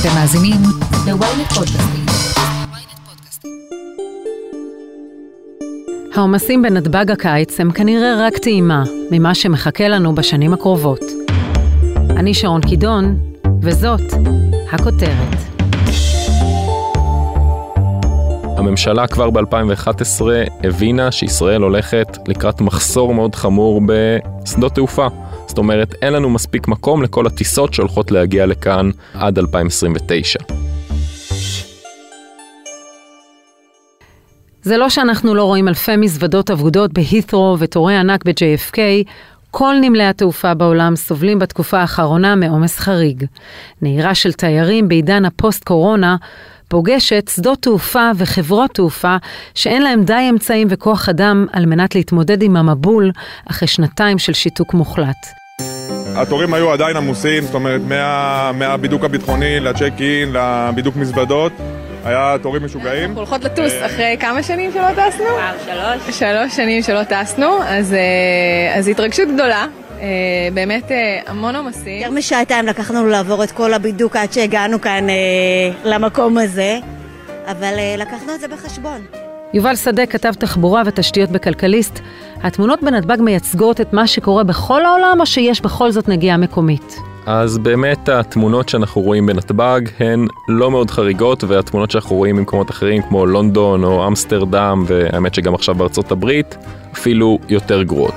אתם מאזינים ל-ynet פודקאסטים. העומסים בנתב"ג הקיץ הם כנראה רק טעימה ממה שמחכה לנו בשנים הקרובות. אני שרון קידון, וזאת הכותרת. הממשלה כבר ב-2011 הבינה שישראל הולכת לקראת מחסור מאוד חמור בשדות תעופה. זאת אומרת, אין לנו מספיק מקום לכל הטיסות שהולכות להגיע לכאן עד 2029. זה לא שאנחנו לא רואים אלפי מזוודות אבודות בהית'רו ותורי ענק ב-JFK, כל נמלי התעופה בעולם סובלים בתקופה האחרונה מעומס חריג. נהירה של תיירים בעידן הפוסט-קורונה פוגשת שדות תעופה וחברות תעופה שאין להם די אמצעים וכוח אדם על מנת להתמודד עם המבול אחרי שנתיים של שיתוק מוחלט. התורים היו עדיין עמוסים, זאת אומרת, מהבידוק הביטחוני לצ'ק-אין, לבידוק מזוודות, היה תורים משוגעים. אנחנו הולכות לטוס אחרי כמה שנים שלא טסנו? 3 שנים שלא טסנו, אז התרגשות גדולה. באמת המון עומסים. יותר משעתיים לקחנו לעבור את כל הבידוק עד שהגענו כאן למקום הזה, אבל לקחנו את זה בחשבון. יובל שדה כתב תחבורה ותשתיות בכלכליסט. התמונות בנתב"ג מייצגות את מה שקורה בכל העולם או שיש בכל זאת נגיעה מקומית? אז באמת התמונות שאנחנו רואים בנתב"ג הן לא מאוד חריגות, והתמונות שאנחנו רואים במקומות אחרים כמו לונדון או אמסטרדם, והאמת שגם עכשיו בארצות הברית, אפילו יותר גרועות.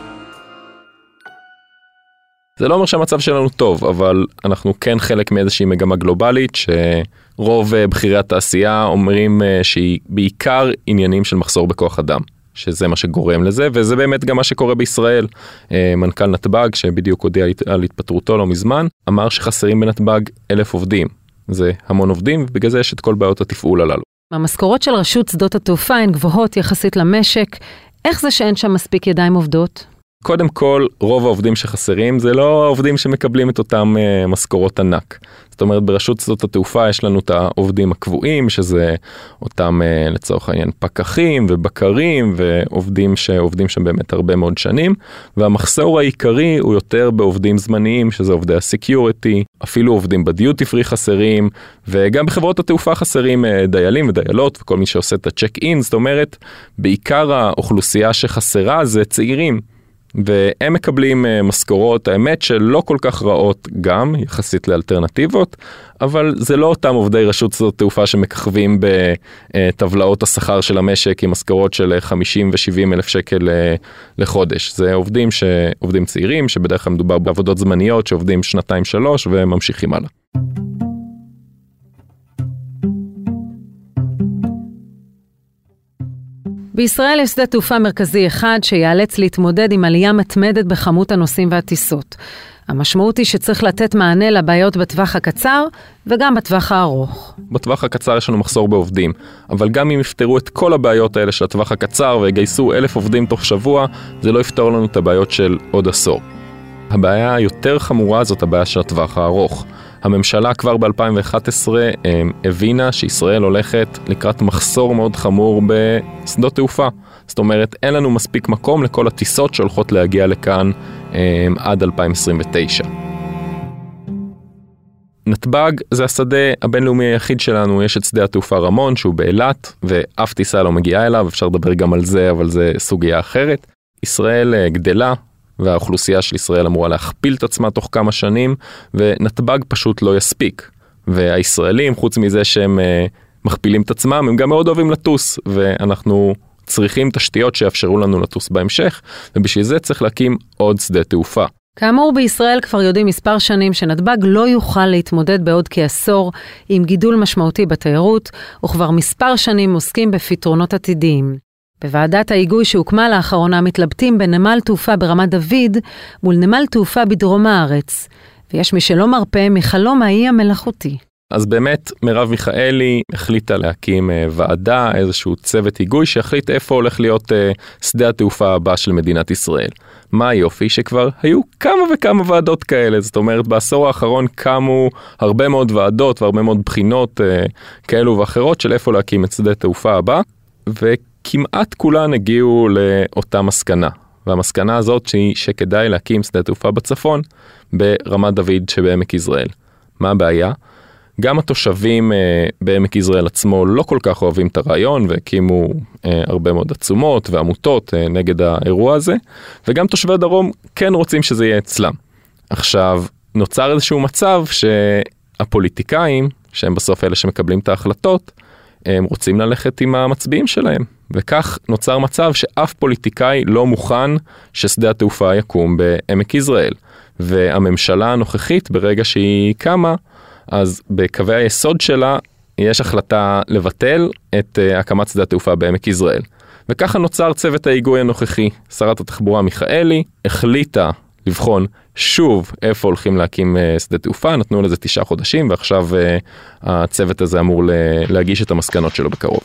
זה לא אומר שהמצב שלנו טוב, אבל אנחנו כן חלק מאיזושהי מגמה גלובלית, שרוב בכירי התעשייה אומרים שהיא בעיקר עניינים של מחסור בכוח אדם, שזה מה שגורם לזה, וזה באמת גם מה שקורה בישראל. מנכ"ל נתב"ג, שבדיוק הודיע על התפטרותו לא מזמן, אמר שחסרים בנתב"ג 1,000 עובדים. זה המון עובדים, ובגלל זה יש את כל בעיות התפעול הללו. המשכורות של רשות שדות התעופה הן גבוהות יחסית למשק. איך זה שאין שם מספיק ידיים עובדות? קודם כל, רוב העובדים שחסרים זה לא העובדים שמקבלים את אותם משכורות ענק. זאת אומרת, ברשות שדות התעופה יש לנו את העובדים הקבועים, שזה אותם לצורך העניין פקחים ובקרים ועובדים שעובדים שם באמת הרבה מאוד שנים, והמחסור העיקרי הוא יותר בעובדים זמניים, שזה עובדי הסקיוריטי, אפילו עובדים בדיוטי פרי חסרים, וגם בחברות התעופה חסרים דיילים ודיילות וכל מי שעושה את הצ'ק-אין. זאת אומרת, בעיקר האוכלוסייה שחסרה זה צעירים, והם מקבלים משכורות, האמת שלא כל כך רעות גם, יחסית לאלטרנטיבות, אבל זה לא אותם עובדי רשות שדות תעופה שמככבים בטבלאות השכר של המשק עם משכורות של 50 ו-70 אלף שקל לחודש. זה עובדים צעירים, שבדרך כלל מדובר בעבודות זמניות, שעובדים 2-3 וממשיכים הלאה. בישראל יש שדה תעופה מרכזי אחד שיאלץ להתמודד עם עלייה מתמדת בכמות הנוסעים והטיסות. המשמעות היא שצריך לתת מענה לבעיות בטווח הקצר וגם בטווח הארוך. בטווח הקצר יש לנו מחסור בעובדים, אבל גם אם יפתרו את כל הבעיות האלה של הטווח הקצר ויגייסו 1,000 עובדים תוך שבוע, זה לא יפתור לנו את הבעיות של עוד עשור. הבעיה היותר חמורה זאת הבעיה של הטווח הארוך. הממשלה כבר ב-2011 הבינה שישראל הולכת לקראת מחסור מאוד חמור בשדות תעופה. זאת אומרת, אין לנו מספיק מקום לכל הטיסות שהולכות להגיע לכאן עד 2029. נתב"ג זה השדה הבינלאומי היחיד שלנו, יש את שדה התעופה רמון שהוא באילת, ואף טיסה לא מגיעה אליו, אפשר לדבר גם על זה, אבל זה סוגיה אחרת. ישראל גדלה, והאוכלוסייה של ישראל אמורה להכפיל את עצמה תוך כמה שנים, ונתב"ג פשוט לא יספיק. והישראלים, חוץ מזה שהם מכפילים את עצמם, הם גם מאוד אוהבים לטוס, ואנחנו צריכים תשתיות שיאפשרו לנו לטוס בהמשך, ובשביל זה צריך להקים עוד שדה תעופה. כאמור, בישראל כבר יודעים מספר שנים שנתב"ג לא יוכל להתמודד בעוד כעשור עם גידול משמעותי בתיירות, וכבר מספר שנים עוסקים בפתרונות עתידיים. בוועדת ההיגוי שהוקמה לאחרונה מתלבטים בנמל תעופה ברמת דוד מול נמל תעופה בדרום הארץ, ויש מי שלא מרפא מחלום האי המלאכותי. אז באמת מרב מיכאלי החליטה להקים ועדה, איזשהו צוות היגוי שהחליט איפה הולך להיות שדה התעופה הבא של מדינת ישראל. מה היופי? שכבר היו כמה וכמה ועדות כאלה, זאת אומרת בעשור האחרון קמו הרבה מאוד ועדות והרבה מאוד בחינות כאלו ואחרות של איפה להקים את שדה התעופה הבא, וכמעט כולן הגיעו לאותה מסקנה. והמסקנה הזאת היא שכדאי להקים שדה תעופה בצפון ברמת דוד שבעמק יזרעאל. מה הבעיה? גם התושבים בעמק יזרעאל עצמו לא כל כך אוהבים את הרעיון, והקימו הרבה מאוד עצומות ועמותות נגד האירוע הזה, וגם תושבי הדרום כן רוצים שזה יהיה אצלם. עכשיו, נוצר איזשהו מצב שהפוליטיקאים, שהם בסוף אלה שמקבלים את ההחלטות, הם רוצים ללכת עם המצביעים שלהם. וכך נוצר מצב שאף פוליטיקאי לא מוכן ששדה התעופה יקום בעמק יזרעאל. והממשלה הנוכחית, ברגע שהיא קמה, אז בקווי היסוד שלה יש החלטה לבטל את הקמת שדה התעופה בעמק יזרעאל. וככה נוצר צוות ההיגוי הנוכחי. שרת התחבורה מיכאלי החליטה לבחון שוב איפה הולכים להקים שדה תעופה, נתנו לזה 9 חודשים, ועכשיו הצוות הזה אמור להגיש את המסקנות שלו בקרוב.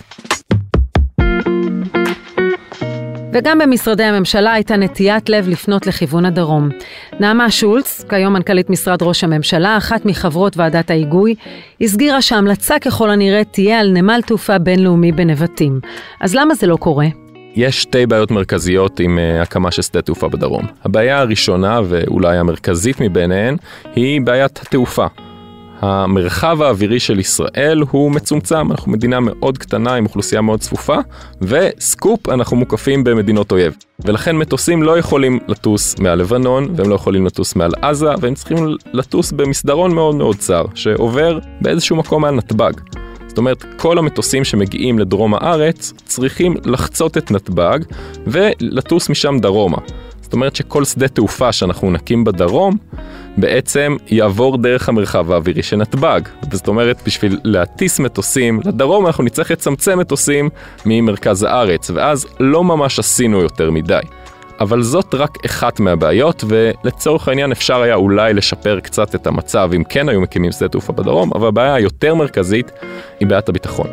וגם במשרדי הממשלה הייתה נטיית לב לפנות לכיוון הדרום. נעמה שולץ, כיום מנכ"לית משרד ראש הממשלה, אחת מחברות ועדת ההיגוי, הסגירה שההמלצה ככל הנראה תהיה על נמל תעופה בינלאומי בנבטים. אז למה זה לא קורה? יש 2 בעיות מרכזיות עם הקמה של שדה תעופה בדרום. הבעיה הראשונה, ואולי המרכזית מביניהן, היא בעיית התעופה. המרחב האווירי של ישראל הוא מצומצם, אנחנו מדינה מאוד קטנה עם אוכלוסייה מאוד צפופה, וסקופ, אנחנו מוקפים במדינות אויב. ולכן מטוסים לא יכולים לטוס מעל לבנון, והם לא יכולים לטוס מעל עזה, והם צריכים לטוס במסדרון מאוד מאוד צר, שעובר באיזשהו מקום מעל נתב"ג. זאת אומרת, כל המטוסים שמגיעים לדרום הארץ צריכים לחצות את נתב"ג ולטוס משם דרומה. זאת אומרת שכל שדה תעופה שאנחנו נקים בדרום, בעצם יעבור דרך המרחב האווירי של נתב"ג. זאת אומרת, בשביל להטיס מטוסים לדרום, אנחנו נצטרך לצמצם מטוסים ממרכז הארץ, ואז לא ממש עשינו יותר מדי. אבל זאת רק אחת מהבעיות, ולצורך העניין אפשר היה אולי לשפר קצת את המצב, אם כן היו מקימים שדה תעופה בדרום, אבל הבעיה היותר מרכזית היא בעיית הביטחון.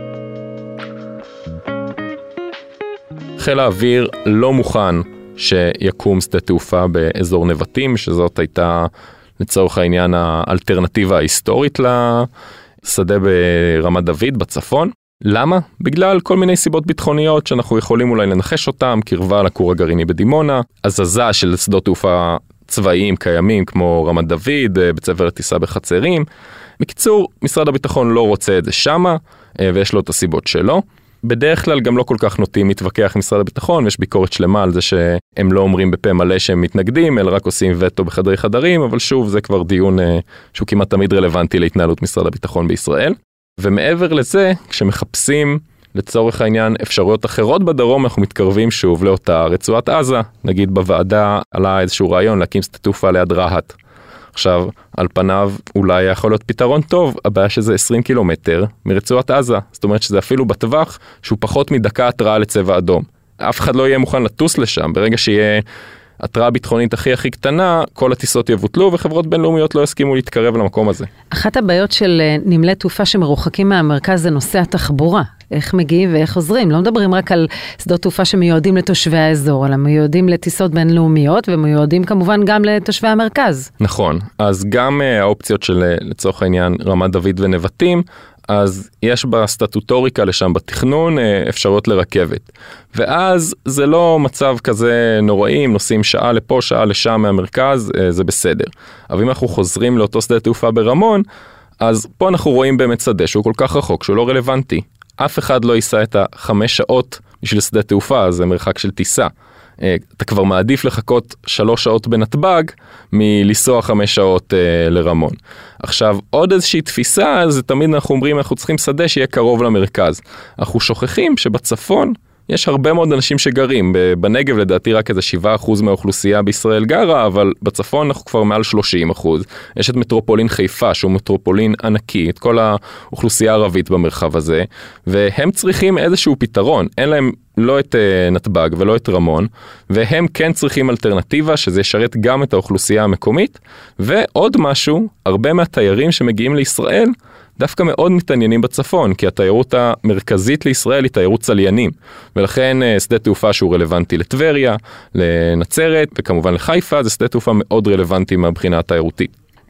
חיל האוויר לא מוכן שיקום שדה תעופה באזור נבטים, שזאת הייתה לצורך העניין האלטרנטיבה ההיסטורית לשדה ברמת דוד בצפון. למה? בגלל כל מיני סיבות ביטחוניות שאנחנו יכולים אולי לנחש אותם, קרבה לכור הגרעיני בדימונה, הזזה של שדות תעופה צבאיים קיימים כמו רמת דוד, בצבר טיסה בחצרים. בקיצור, משרד הביטחון לא רוצה את זה שמה, ויש לו את הסיבות שלו. בדרך כלל גם לא כל כך נוטים להתווכח עם משרד הביטחון, ויש ביקורת שלמה על זה שהם לא אומרים בפה מלא שהם מתנגדים, אלא רק עושים וטו בחדרי חדרים, אבל שוב, זה כבר דיון שהוא כמעט תמיד רלוונטי להתנהלות משרד הביטחון בישראל. ומעבר לזה, כשמחפשים לצורך העניין אפשרויות אחרות בדרום, אנחנו מתקרבים שוב לאותה רצועת עזה. נגיד בוועדה עלה איזשהו רעיון להקים שדה תעופה ליד רהט. עכשיו, על פניו אולי יכול להיות פתרון טוב, הבעיה שזה 20 קילומטר מרצועת עזה. זאת אומרת שזה אפילו בטווח שהוא פחות מדקה התראה לצבע אדום. אף אחד לא יהיה מוכן לטוס לשם. ברגע שיהיה התראה ביטחונית הכי קטנה, כל הטיסות יבוטלו וחברות בינלאומיות לא יסכימו להתקרב למקום הזה. אחת הבעיות של נמלי תעופה שמרוחקים מהמרכז זה נושא התחבורה. איך מגיעים ואיך עוזרים. לא מדברים רק על שדות תעופה שמיועדים לתושבי האזור, אלא מיועדים לטיסות בינלאומיות ומיועדים כמובן גם לתושבי המרכז. נכון. אז גם האופציות של לצורך העניין רמת דוד ונבטים, אז יש בסטטוטוריקה לשם בתכנון אפשרויות לרכבת. ואז זה לא מצב כזה נוראי, אם נוסעים שעה לפה, שעה לשם מהמרכז, זה בסדר. אבל אם אנחנו חוזרים לאותו שדה תעופה ברמון, אז פה אנחנו רואים באמת שדה שהוא כל כך רחוק, שהוא לא רלוונטי. אף אחד לא ייסע את 5 שעות בשביל שדה תעופה, זה מרחק של טיסה. אתה כבר מעדיף לחכות 3 שעות בנתב"ג, מלנסוע 5 שעות לרמון. עכשיו, עוד איזושהי תפיסה, זה תמיד אנחנו אומרים, אנחנו צריכים שדה שיהיה קרוב למרכז. אנחנו שוכחים שבצפון יש הרבה מאוד אנשים שגרים. בנגב לדעתי רק איזה 7% מהאוכלוסייה בישראל גרה, אבל בצפון אנחנו כבר מעל 30%. יש את מטרופולין חיפה, שהוא מטרופולין ענקי, את כל האוכלוסייה הערבית במרחב הזה, והם צריכים איזשהו פתרון. אין להם לא את נתב"ג ולא את רמון, והם כן צריכים אלטרנטיבה שזה ישרת גם את האוכלוסייה המקומית, ועוד משהו, הרבה מהתיירים שמגיעים לישראל, דווקא מאוד מתעניינים בצפון, כי התיירות המרכזית לישראל היא תיירות צליינים, ולכן שדה תעופה שהוא רלוונטי לטבריה, לנצרת, וכמובן לחיפה, זה שדה תעופה מאוד רלוונטי מהבחינה התיירותית.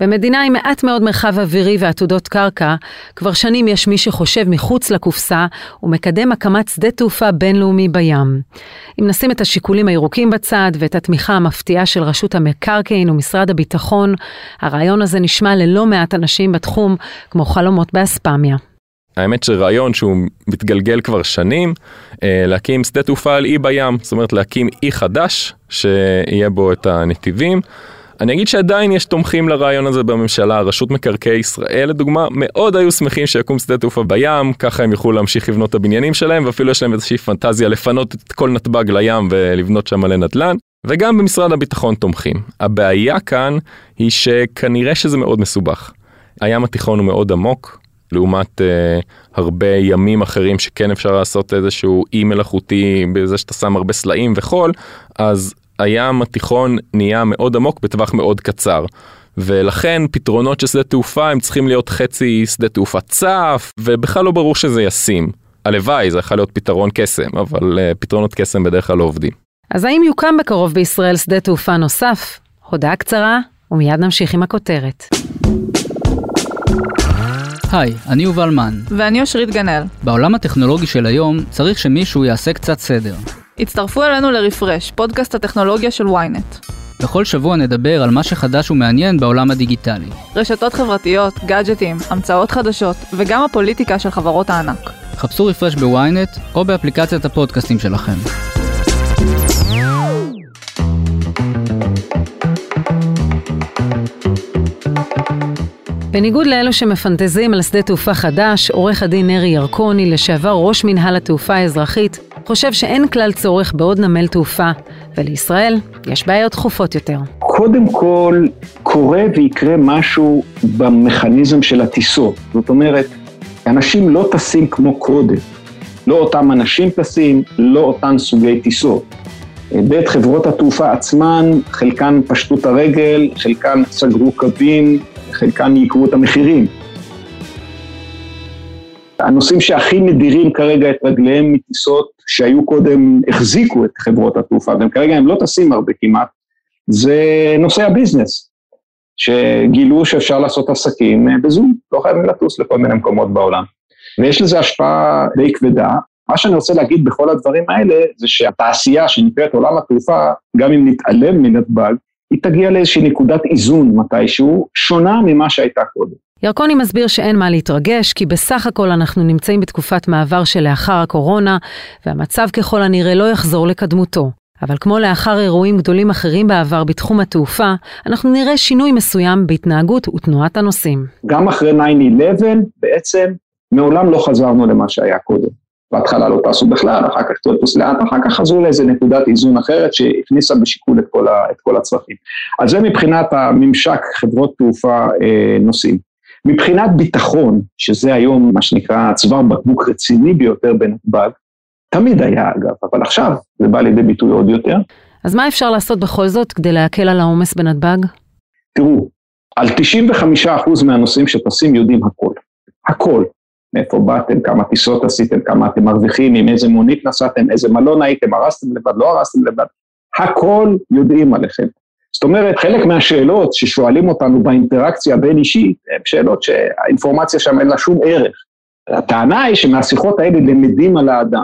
במדינה עם מעט מאוד מרחב אווירי ועתודות קרקע, כבר שנים יש מי שחושב מחוץ לקופסה ומקדם הקמת שדה תעופה בינלאומי בים. אם נשים את השיקולים הירוקים בצד ואת התמיכה המפתיעה של רשות המקרקעין ומשרד הביטחון, הרעיון הזה נשמע ללא מעט אנשים בתחום כמו חלומות באספמיה. האמת שרעיון שהוא מתגלגל כבר שנים, להקים שדה תעופה על אי בים, זאת אומרת להקים אי חדש שיהיה בו את הנתיבים. אני אגיד שעדיין יש תומכים לרעיון הזה בממשלה, רשות מקרקעי ישראל לדוגמה, מאוד היו שמחים שיקום שדה תעופה בים, ככה הם יוכלו להמשיך לבנות את הבניינים שלהם, ואפילו יש להם איזושהי פנטזיה לפנות את כל נתב"ג לים ולבנות שם מלא נדל"ן, וגם במשרד הביטחון תומכים. הבעיה כאן היא שכנראה שזה מאוד מסובך. הים התיכון הוא מאוד עמוק, לעומת הרבה ימים אחרים שכן אפשר לעשות איזשהו אי מלאכותי, בזה שאתה שם הרבה סלעים וחול, אז הים התיכון נהיה מאוד עמוק בטווח מאוד קצר. ולכן פתרונות של שדה תעופה הם צריכים להיות חצי שדה תעופה צף, ובכלל לא ברור שזה ישים. הלוואי, זה יכול להיות פתרון קסם, אבל פתרונות קסם בדרך כלל לא עובדים. אז האם יוקם בקרוב בישראל שדה תעופה נוסף? הודעה קצרה, ומיד נמשיך עם הכותרת. היי, אני יובל מן. ואני אושרית גנאל. בעולם הטכנולוגי של היום צריך שמישהו יעשה קצת סדר. הצטרפו אלינו לרפרש, פודקאסט הטכנולוגיה של ynet. בכל שבוע נדבר על מה שחדש ומעניין בעולם הדיגיטלי. רשתות חברתיות, גאדג'טים, המצאות חדשות וגם הפוליטיקה של חברות הענק. חפשו רפרש בוויינט או באפליקציית הפודקאסטים שלכם. בניגוד לאלו שמפנטזים על שדה תעופה חדש, עורך הדין נרי ירקוני, לשעבר ראש מנהל התעופה האזרחית, חושב שאין כלל צורך בעוד נמל תעופה, ולישראל יש בעיות דחופות יותר. קודם כל, קורה ויקרה משהו במכניזם של הטיסות. זאת אומרת, אנשים לא טסים כמו קודם. לא אותם אנשים טסים, לא אותן סוגי טיסות. בית חברות התעופה עצמן, חלקן פשטו את הרגל, חלקן סגרו קווים, חלקן יקרו את המחירים. הנושאים שהכי מדירים כרגע את רגליהם מטיסות שהיו קודם, החזיקו את חברות התעופה, והם כרגע הם לא טסים הרבה כמעט, זה נושא הביזנס, שגילו שאפשר לעשות עסקים בזום, לא חייבים לטוס לכל מיני מקומות בעולם. ויש לזה השפעה די כבדה. מה שאני רוצה להגיד בכל הדברים האלה, זה שהתעשייה שנקראת עולם התעופה, גם אם נתעלם מנתב"ג, היא תגיע לאיזושהי נקודת איזון מתישהו, שונה ממה שהייתה קודם. ירקוני מסביר שאין מה להתרגש, כי בסך הכל אנחנו נמצאים בתקופת מעבר שלאחר הקורונה, והמצב ככל הנראה לא יחזור לקדמותו. אבל כמו לאחר אירועים גדולים אחרים בעבר בתחום התעופה, אנחנו נראה שינוי מסוים בהתנהגות ותנועת הנוסעים. גם אחרי 9/11 בעצם מעולם לא חזרנו למה שהיה קודם. בהתחלה לא טסו בכלל, אחר כך טוס לאט, אחר כך חזרו לאיזה נקודת איזון אחרת שהכניסה בשיקול את כל הצרכים. אז זה מבחינת הממשק חברות תעופה נוסעים. מבחינת ביטחון, שזה היום מה שנקרא צוואר בקבוק רציני ביותר בנתב"ג, תמיד היה אגב, אבל עכשיו זה בא לידי ביטוי עוד יותר. אז מה אפשר לעשות בכל זאת כדי להקל על העומס בנתב"ג? תראו, על 95% מהנוסעים שטסים יודעים הכל. הכל. מאיפה באתם, כמה טיסות עשיתם, כמה אתם מרוויחים, עם איזה מונית נסעתם, איזה מלון הייתם, הרסתם לבד, לא הרסתם לבד. הכל יודעים עליכם. זאת אומרת, חלק מהשאלות ששואלים אותנו באינטראקציה בין אישית, הן שאלות שהאינפורמציה שם אין לה שום ערך. הטענה היא שמהשיחות האלה למדים על האדם.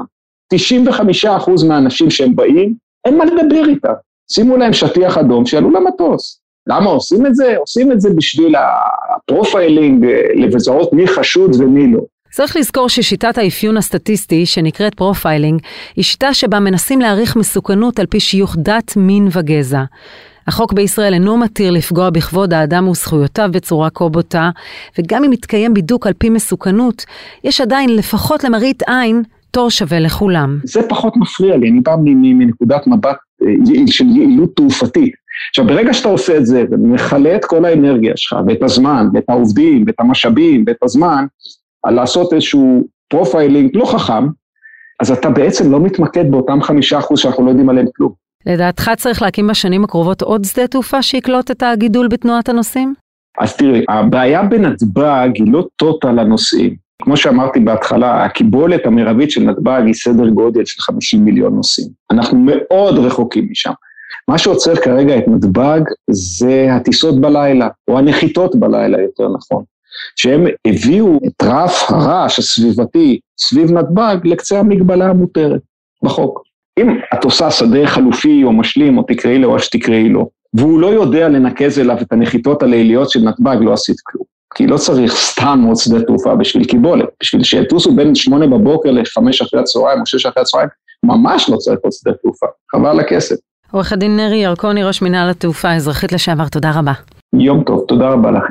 95% מהאנשים שהם באים, אין מה לדבר איתם. שימו להם שטיח אדום שעלו למטוס. למה עושים את זה? עושים את זה בשביל הפרופיילינג, לזהות מי חשוד ומי לא. צריך לזכור ששיטת האפיון הסטטיסטי, שנקראת פרופיילינג, היא שיטה שבה מנסים להעריך מסוכנות על פי שיוך דת, מין וגזע. החוק בישראל אינו מתיר לפגוע בכבוד האדם וזכויותיו בצורה כה בוטה, וגם אם מתקיים בידוק על פי מסוכנות, יש עדיין לפחות למראית עין תור שווה לכולם. זה פחות מפריע לי, אני בא מנקודת מבט של יעילות תעופתית. עכשיו, ברגע שאתה עושה את זה, ומחלה את כל האנרגיה שלך, ואת הזמן, ואת העובדים, ואת המשאבים, ואת הזמן, על לעשות איזשהו פרופיילינג לא חכם, אז אתה בעצם לא מתמקד באותם 5% שאנחנו לא יודעים עליהם כלום. לדעתך צריך להקים בשנים הקרובות עוד שדה תעופה שיקלוט את הגידול בתנועת הנוסעים? אז תראי, הבעיה בנתב"ג היא לא טוטל הנוסעים. כמו שאמרתי בהתחלה, הקיבולת המרבית של נתב"ג היא סדר גודל של 50 מיליון נוסעים. אנחנו מאוד רחוקים משם. מה שעוצר כרגע את נתב"ג זה הטיסות בלילה, או הנחיתות בלילה יותר נכון, שהם הביאו את רף הרעש הסביבתי סביב נתב"ג לקצה המגבלה המותרת בחוק. אם את עושה שדה חלופי או משלים, או תקראי לו או שתקראי לו, והוא לא יודע לנקז אליו את הנחיתות הליליות של נתב"ג, לא עשית כלום. כי לא צריך סתם עוד שדה תעופה בשביל קיבולת, בשביל שיטוסו בין 8 בבוקר ל5 אחרי הצהריים או 6 אחרי הצהריים, ממש לא צריך עוד שדה תעופה, חבל לכסף. עורך הדין נרי ירקוני, ראש מינהל התעופה האזרחית לשעבר, תודה רבה. יום טוב, תודה רבה לכם.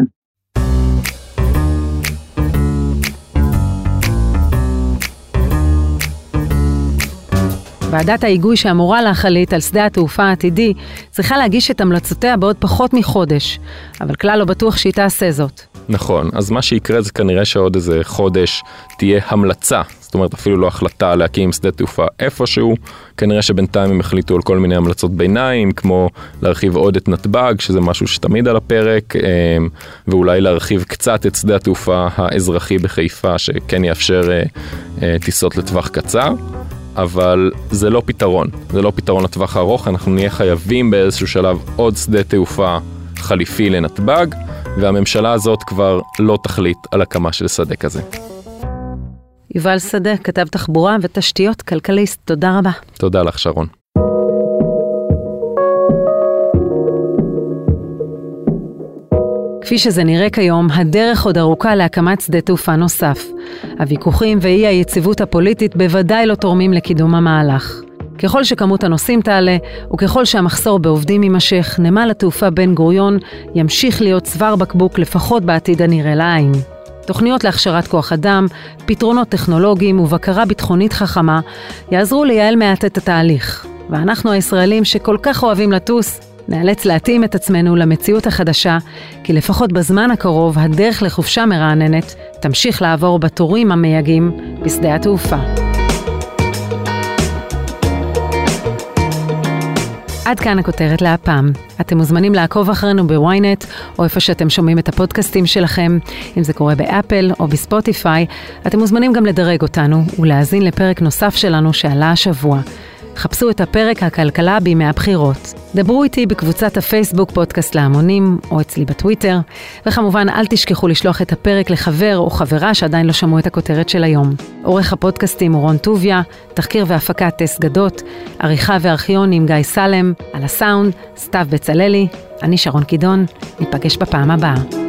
ועדת ההיגוי שאמורה להחליט על שדה התעופה העתידי צריכה להגיש את המלצותיה בעוד פחות מחודש, אבל כלל לא בטוח שהיא תעשה זאת. נכון, אז מה שיקרה זה כנראה שעוד איזה חודש תהיה המלצה, זאת אומרת אפילו לא החלטה להקים שדה תעופה איפשהו, כנראה שבינתיים הם החליטו על כל מיני המלצות ביניים, כמו להרחיב עוד את נתב"ג, שזה משהו שתמיד על הפרק, ואולי להרחיב קצת את שדה התעופה האזרחי בחיפה, שכן יאפשר טיסות לטווח קצר. אבל זה לא פתרון, זה לא פתרון לטווח הארוך, אנחנו נהיה חייבים באיזשהו שלב עוד שדה תעופה חליפי לנתב"ג, והממשלה הזאת כבר לא תחליט על הקמה של שדה כזה. יובל שדה, כתב תחבורה ותשתיות כלכליסט, תודה רבה. תודה לך שרון. כפי שזה נראה כיום, הדרך עוד ארוכה להקמת שדה תעופה נוסף. הוויכוחים ואי היציבות הפוליטית בוודאי לא תורמים לקידום המהלך. ככל שכמות הנוסעים תעלה, וככל שהמחסור בעובדים יימשך, נמל התעופה בן גוריון ימשיך להיות צוואר בקבוק לפחות בעתיד הנראה לעין. תוכניות להכשרת כוח אדם, פתרונות טכנולוגיים ובקרה ביטחונית חכמה יעזרו לייעל מעט את התהליך. ואנחנו הישראלים שכל כך אוהבים לטוס, נאלץ להתאים את עצמנו למציאות החדשה, כי לפחות בזמן הקרוב הדרך לחופשה מרעננת תמשיך לעבור בתורים המייגעים בשדה התעופה. עד כאן הכותרת להפעם. אתם מוזמנים לעקוב אחרינו בוויינט, או איפה שאתם שומעים את הפודקאסטים שלכם. אם זה קורה באפל או בספוטיפיי, אתם מוזמנים גם לדרג אותנו ולהאזין לפרק נוסף שלנו שעלה השבוע. חפשו את הפרק הכלכלה בימי הבחירות. דברו איתי בקבוצת הפייסבוק פודקאסט להמונים, או אצלי בטוויטר, וכמובן אל תשכחו לשלוח את הפרק לחבר או חברה שעדיין לא שמעו את הכותרת של היום. עורך הפודקאסטים הוא רון טוביה, תחקיר והפקת טס גדות, עריכה וארכיון עם גיא סלם, על הסאונד, סתיו בצללי, אני שרון קידון, ניפגש בפעם הבאה.